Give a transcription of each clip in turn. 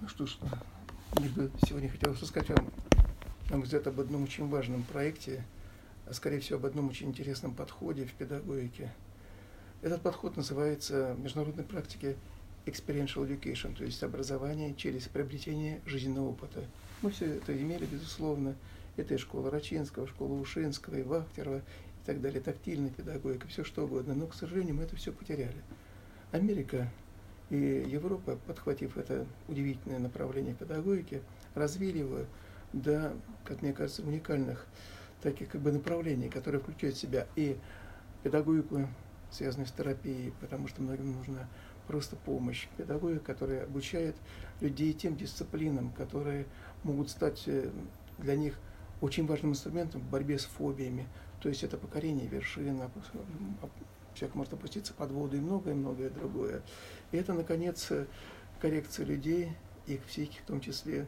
Ну что ж, мне бы сегодня хотелось рассказать вам, на мой взгляд, об одном очень важном проекте, а скорее всего об одном очень интересном подходе в педагогике. Этот подход называется в международной практике experiential education, то есть образование через приобретение жизненного опыта. Мы все это имели, безусловно. Это и школа Рачинского, школа Ушинского, и Вахтерова, и так далее, тактильная педагогика, все что угодно. Но, к сожалению, мы это все потеряли. Америка и Европа, подхватив это удивительное направление педагогики, развили его до, как мне кажется, уникальных таких направлений, которые включают в себя и педагогику, связанную с терапией, потому что многим нужна просто помощь. Педагогика, которая обучает людей тем дисциплинам, которые могут стать для них очень важным инструментом в борьбе с фобиями. То есть это покорение вершин, человек может опуститься под воду и многое-многое другое. И это, наконец, коррекция людей, их психики, в том числе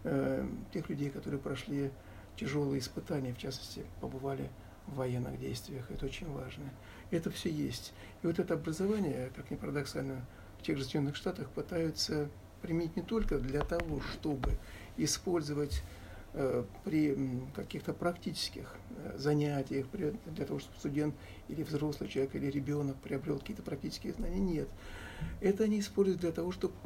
тех людей, которые прошли тяжелые испытания, в частности, побывали в военных действиях. Это очень важно. Это все есть. И вот это образование, как ни парадоксально, в тех же Соединенных Штатах пытаются применить не только для того, чтобы использовать при каких-то практических занятиях, для того, чтобы студент или взрослый человек, или ребенок приобрел какие-то практические знания. Нет. Это они используют для того, чтобы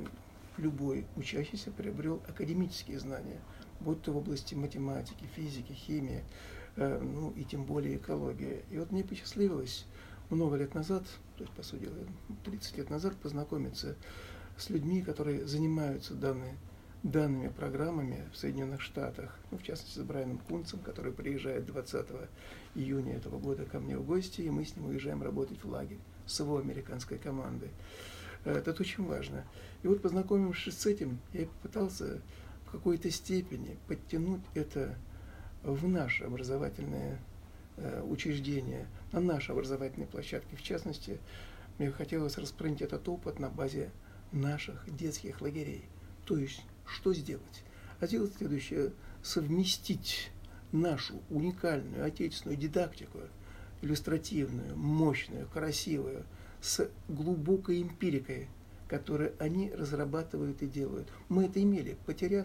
любой учащийся приобрел академические знания, будь то в области математики, физики, химии, ну и тем более экологии. И вот мне посчастливилось много лет назад, то есть, по сути, 30 лет назад, познакомиться с людьми, которые занимаются данными программами в Соединенных Штатах, ну, в частности, с Брайаном Кунцем, который приезжает 20 июня этого года ко мне в гости, и мы с ним уезжаем работать в лагерь с его американской командой. Это очень важно. И вот, познакомившись с этим, я попытался в какой-то степени подтянуть это в наше образовательное учреждение, на наши образовательные площадки. В частности, мне хотелось распространить этот опыт на базе наших детских лагерей. То есть, что сделать? А сделать следующее: совместить нашу уникальную отечественную дидактику, иллюстративную, мощную, красивую, с глубокой эмпирикой, которую они разрабатывают и делают. Мы это имели, потеряв,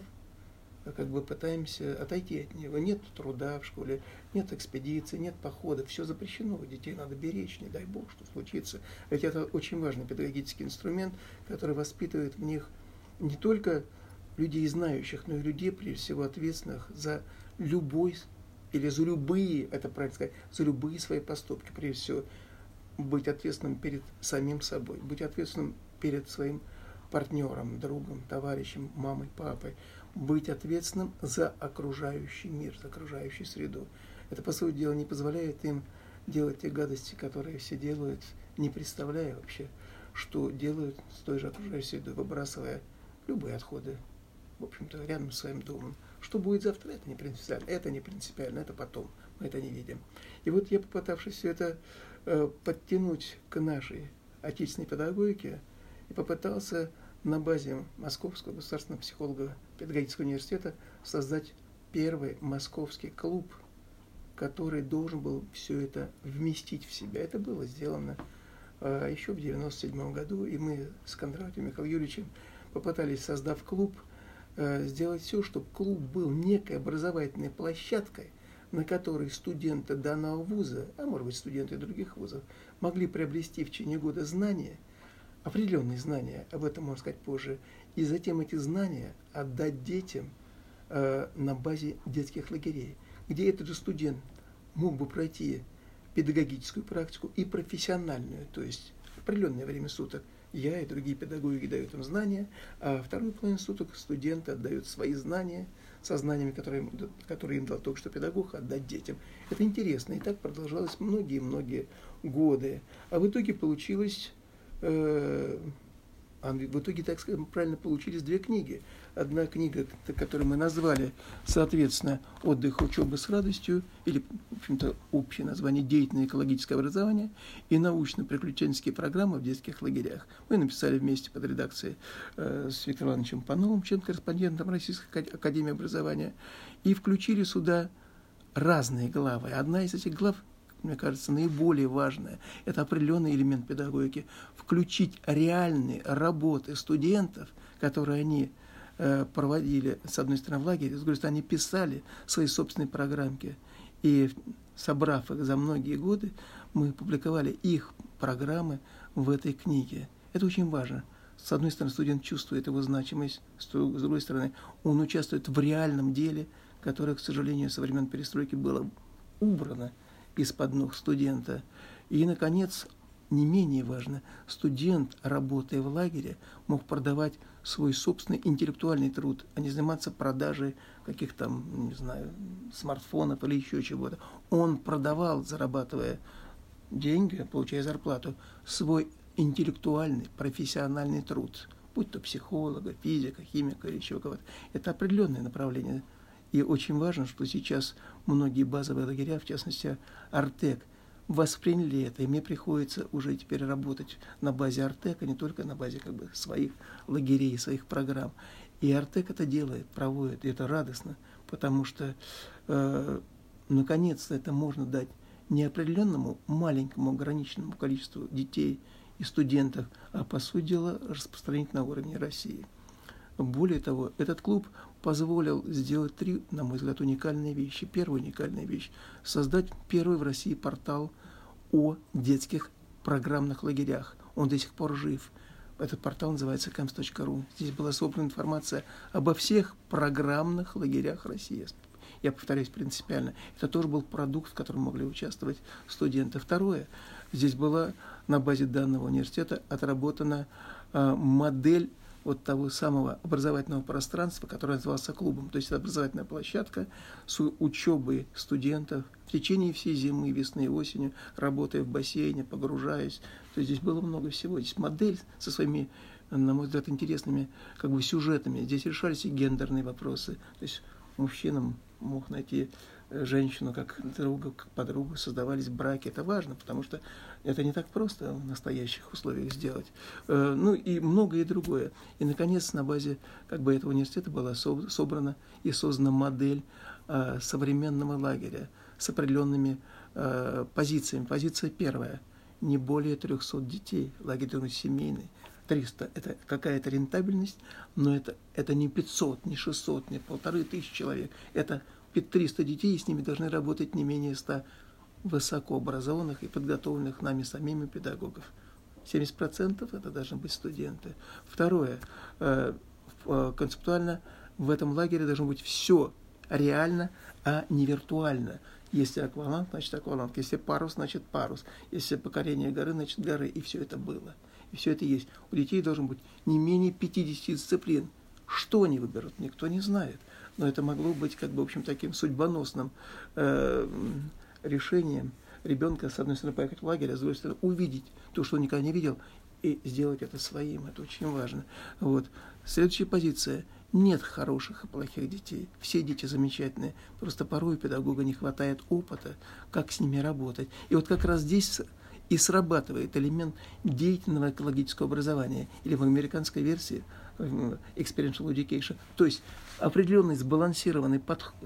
пытаемся отойти от него. Нет труда в школе, нет экспедиции, нет похода, все запрещено, детей надо беречь, не дай бог, что случится. Ведь это очень важный педагогический инструмент, который воспитывает в них не только людей знающих, но и людей, прежде всего, ответственных за любой, или за любые, это правильно сказать, за любые свои поступки. Прежде всего, быть ответственным перед самим собой, быть ответственным перед своим партнером, другом, товарищем, мамой, папой, быть ответственным за окружающий мир, за окружающую среду. Это, по сути дела, не позволяет им делать те гадости, которые все делают, не представляя вообще, что делают с той же окружающей средой, выбрасывая любые отходы, в общем-то, рядом с своим домом. Что будет завтра, это не принципиально, это потом, мы это не видим. И вот я, попытавшись все это подтянуть к нашей отечественной педагогике, и попытался на базе Московского государственного психолого-педагогического университета создать первый московский клуб, который должен был все это вместить в себя. Это было сделано еще в 1997 году, и мы с Кондратьевым Михаилом Юрьевичем попытались, создав клуб, сделать все, чтобы клуб был некой образовательной площадкой, на которой студенты данного вуза, а может быть студенты других вузов, могли приобрести в течение года знания, определенные знания, об этом можно сказать позже, и затем эти знания отдать детям на базе детских лагерей, где этот же студент мог бы пройти педагогическую практику и профессиональную, то есть определенное время суток я и другие педагоги дают им знания, а вторую половину суток студенты отдают свои знания со знаниями, которые им дал только что педагог, отдать детям. Это интересно, и так продолжалось многие-многие годы. А в итоге получилось, так скажем, правильно, получились две книги. Одна книга, которую мы назвали, соответственно, «Отдых, учеба с радостью», или, в общем-то, общее название «Деятельное экологическое образование» и «Научно-приключенческие программы в детских лагерях». Мы написали вместе под редакцией с Виктором Ивановичем Пановым, член-корреспондентом Российской академии образования, и включили сюда разные главы. Одна из этих глав, мне кажется, наиболее важная, это определенный элемент педагогики, включить реальные работы студентов, которые они проводили, с одной стороны, в лагере, с другой стороны, они писали свои собственные программки. И, собрав их за многие годы, мы публиковали их программы в этой книге. Это очень важно. С одной стороны, студент чувствует его значимость, с другой стороны, он участвует в реальном деле, которое, к сожалению, со времен перестройки было убрано из-под ног студента. И, наконец, не менее важно, студент, работая в лагере, мог продавать свой собственный интеллектуальный труд, а не заниматься продажей каких-то, не знаю, смартфонов или еще чего-то. Он продавал, зарабатывая деньги, получая зарплату, свой интеллектуальный, профессиональный труд, будь то психолога, физика, химика или чего-то. Это определенное направление. И очень важно, что сейчас многие базовые лагеря, в частности Артек, восприняли это, и мне приходится уже теперь работать на базе Артек, а не только на базе своих лагерей, своих программ. И Артек это делает, проводит, и это радостно, потому что наконец-то это можно дать не определенному маленькому ограниченному количеству детей и студентов, а по сути дела распространить на уровне России. Более того, этот клуб позволил сделать 3, на мой взгляд, уникальные вещи. Первая уникальная вещь – создать первый в России портал о детских программных лагерях. Он до сих пор жив. Этот портал называется camps.ru. Здесь была собрана информация обо всех программных лагерях России. Я повторяюсь принципиально. Это тоже был продукт, в котором могли участвовать студенты. Второе. Здесь была на базе данного университета отработана модель вот того самого образовательного пространства, которое назывался клубом. То есть это образовательная площадка с учебой студентов в течение всей зимы, весны и осени, работая в бассейне, погружаясь. То есть здесь было много всего. Здесь модель со своими, на мой взгляд, интересными сюжетами. Здесь решались и гендерные вопросы. То есть мужчинам мог найти женщину как друга, как подругу, создавались браки. Это важно, потому что это не так просто в настоящих условиях сделать. Ну и многое другое. И, наконец, на базе этого университета была собрана и создана модель современного лагеря с определенными позициями. Позиция первая. Не более 300 детей. Лагерь должен быть семейный. 300 – это какая-то рентабельность, но это не 500, не 600, не 1500 человек. Это 300 детей, и с ними должны работать не менее 100 высокообразованных и подготовленных нами самими педагогов. 70% это должны быть студенты. Второе. Концептуально в этом лагере должно быть все реально, а не виртуально. Если акваланг, значит акваланг. Если парус, значит парус. Если покорение горы, значит горы. И все это было. И все это есть. У детей должно быть не менее 50 дисциплин. Что они выберут, никто не знает. Но это могло быть в общем, таким судьбоносным решением ребенка, с одной стороны, поехать в лагерь, а с другой стороны, увидеть то, что он никогда не видел, и сделать это своим. Это очень важно. Вот. Следующая позиция. Нет хороших и плохих детей. Все дети замечательные. Просто порой у педагога не хватает опыта, как с ними работать. И вот как раз здесь и срабатывает элемент деятельного экологического образования, или в американской версии experiential education. То есть определенный сбалансированный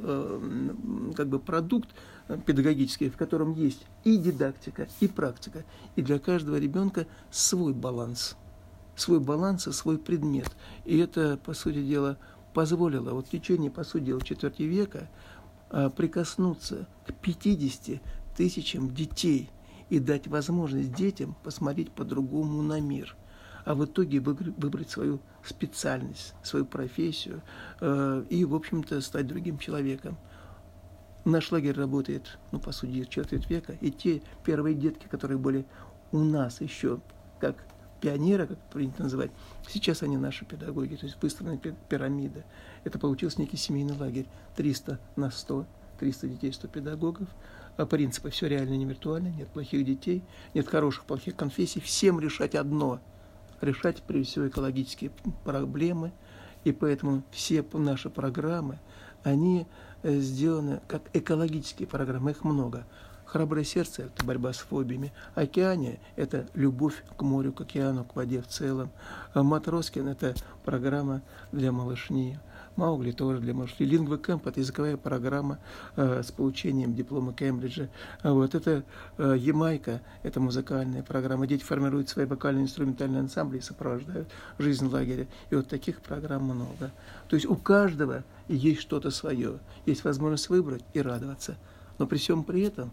продукт педагогический, в котором есть и дидактика, и практика. И для каждого ребенка свой баланс и свой предмет. И это, по сути дела, позволило в течение, по сути дела, четверти века прикоснуться к 50 тысячам детей и дать возможность детям посмотреть по-другому на мир, а в итоге выбрать свою специальность, свою профессию и, в общем-то, стать другим человеком. Наш лагерь работает, по сути, четверть века, и те первые детки, которые были у нас еще как пионеры, как принято называть, сейчас они наши педагоги, то есть выстроена пирамида. Это получился некий семейный лагерь. 300 на 100, 300 детей, 100 педагогов. Принципы все реально, не виртуально, нет плохих детей, нет хороших, плохих конфессий. Всем решать одно – решать, прежде всего, экологические проблемы. И поэтому все наши программы, они сделаны как экологические программы, их много. «Храброе сердце» – это борьба с фобиями. «Океания» – это любовь к морю, к океану, к воде в целом. «Матроскин» – это программа для малышни. Маугли тоже для малышей. Lingua Camp – это языковая программа с получением диплома Кембриджа. Вот это Ямайка – это музыкальная программа. Дети формируют свои вокально-инструментальные ансамбли и сопровождают жизнь лагеря. И вот таких программ много. То есть у каждого есть что-то свое. Есть возможность выбрать и радоваться. Но при всем при этом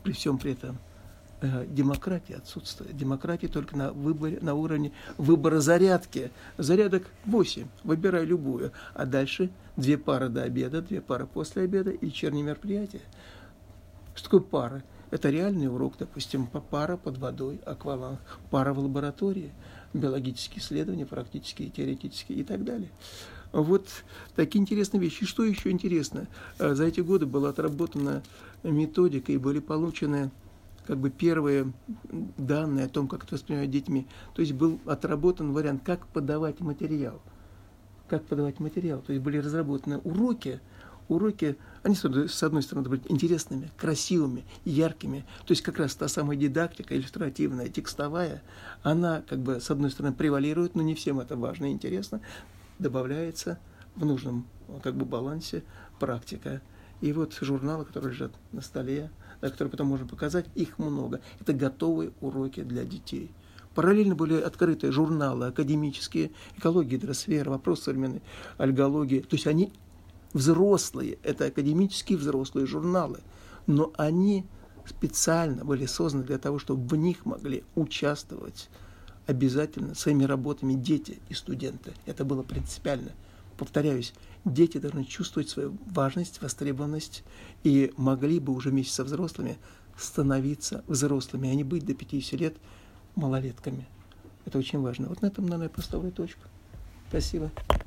демократия отсутствует. Демократия только на уровне выбора зарядки. Зарядок 8. Выбирай любую. А дальше 2 пары до обеда, 2 пары после обеда и вечерние мероприятия. Что такое пара? Это реальный урок, допустим, пара под водой, акваланг, пара в лаборатории, биологические исследования, практические, теоретические и так далее. Вот такие интересные вещи. И что еще интересно? За эти годы была отработана методика и были получены первые данные о том, как это воспринимают детьми. То есть был отработан вариант, как подавать материал. То есть были разработаны уроки, они, с одной стороны, должны быть интересными, красивыми, яркими. То есть как раз та самая дидактика, иллюстративная, текстовая, она, с одной стороны, превалирует, но не всем это важно и интересно. Добавляется в нужном балансе практика. И вот журналы, которые лежат на столе, которые потом можно показать, их много. Это готовые уроки для детей. Параллельно были открыты журналы академические, экология, гидросфера, вопрос современной альгологии. То есть они взрослые, это академические взрослые журналы, но они специально были созданы для того, чтобы в них могли участвовать обязательно своими работами дети и студенты. Это было принципиально. Повторяюсь, дети должны чувствовать свою важность, востребованность и могли бы уже вместе со взрослыми становиться взрослыми, а не быть до 50 лет малолетками. Это очень важно. Вот на этом, наверное, я поставлю точку. Спасибо.